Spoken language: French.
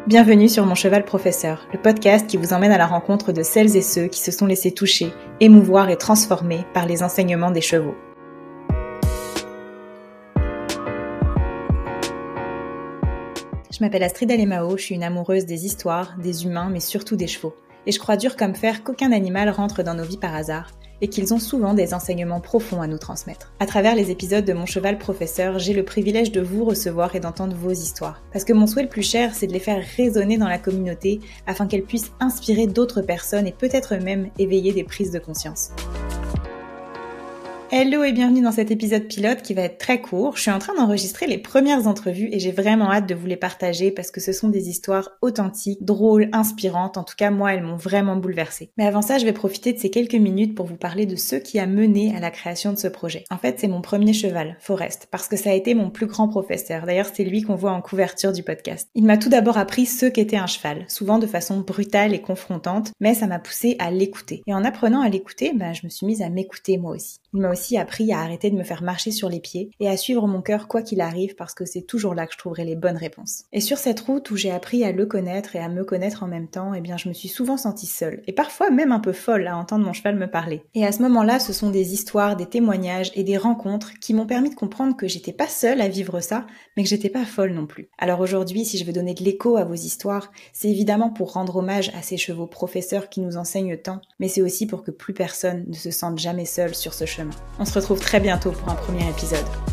Bienvenue sur Mon Cheval Professeur, le podcast qui vous emmène à la rencontre de celles et ceux qui se sont laissés toucher, émouvoir et transformer par les enseignements des chevaux. Je m'appelle Astrid Alemao, je suis une amoureuse des histoires, des humains, mais surtout des chevaux. Et je crois dur comme fer qu'aucun animal rentre dans nos vies par hasard, et qu'ils ont souvent des enseignements profonds à nous transmettre. À travers les épisodes de Mon Cheval Professeur, j'ai le privilège de vous recevoir et d'entendre vos histoires. Parce que mon souhait le plus cher, c'est de les faire résonner dans la communauté, afin qu'elles puissent inspirer d'autres personnes et peut-être même éveiller des prises de conscience. Hello et bienvenue dans cet épisode pilote qui va être très court. Je suis en train d'enregistrer les premières entrevues et j'ai vraiment hâte de vous les partager parce que ce sont des histoires authentiques, drôles, inspirantes. En tout cas, moi, elles m'ont vraiment bouleversée. Mais avant ça, je vais profiter de ces quelques minutes pour vous parler de ce qui a mené à la création de ce projet. En fait, c'est mon premier cheval, Forest, parce que ça a été mon plus grand professeur. D'ailleurs, c'est lui qu'on voit en couverture du podcast. Il m'a tout d'abord appris ce qu'était un cheval, souvent de façon brutale et confrontante, mais ça m'a poussée à l'écouter. Et en apprenant à l'écouter, je me suis mise à m'écouter moi aussi. Il m'a aussi appris à arrêter de me faire marcher sur les pieds et à suivre mon cœur quoi qu'il arrive parce que c'est toujours là que je trouverai les bonnes réponses. Et sur cette route où j'ai appris à le connaître et à me connaître en même temps, je me suis souvent sentie seule et parfois même un peu folle à entendre mon cheval me parler. Et à ce moment-là, ce sont des histoires, des témoignages et des rencontres qui m'ont permis de comprendre que j'étais pas seule à vivre ça, mais que j'étais pas folle non plus. Alors aujourd'hui, si je veux donner de l'écho à vos histoires, c'est évidemment pour rendre hommage à ces chevaux professeurs qui nous enseignent tant, mais c'est aussi pour que plus personne ne se sente jamais seul sur ce chemin. On se retrouve très bientôt pour un premier épisode.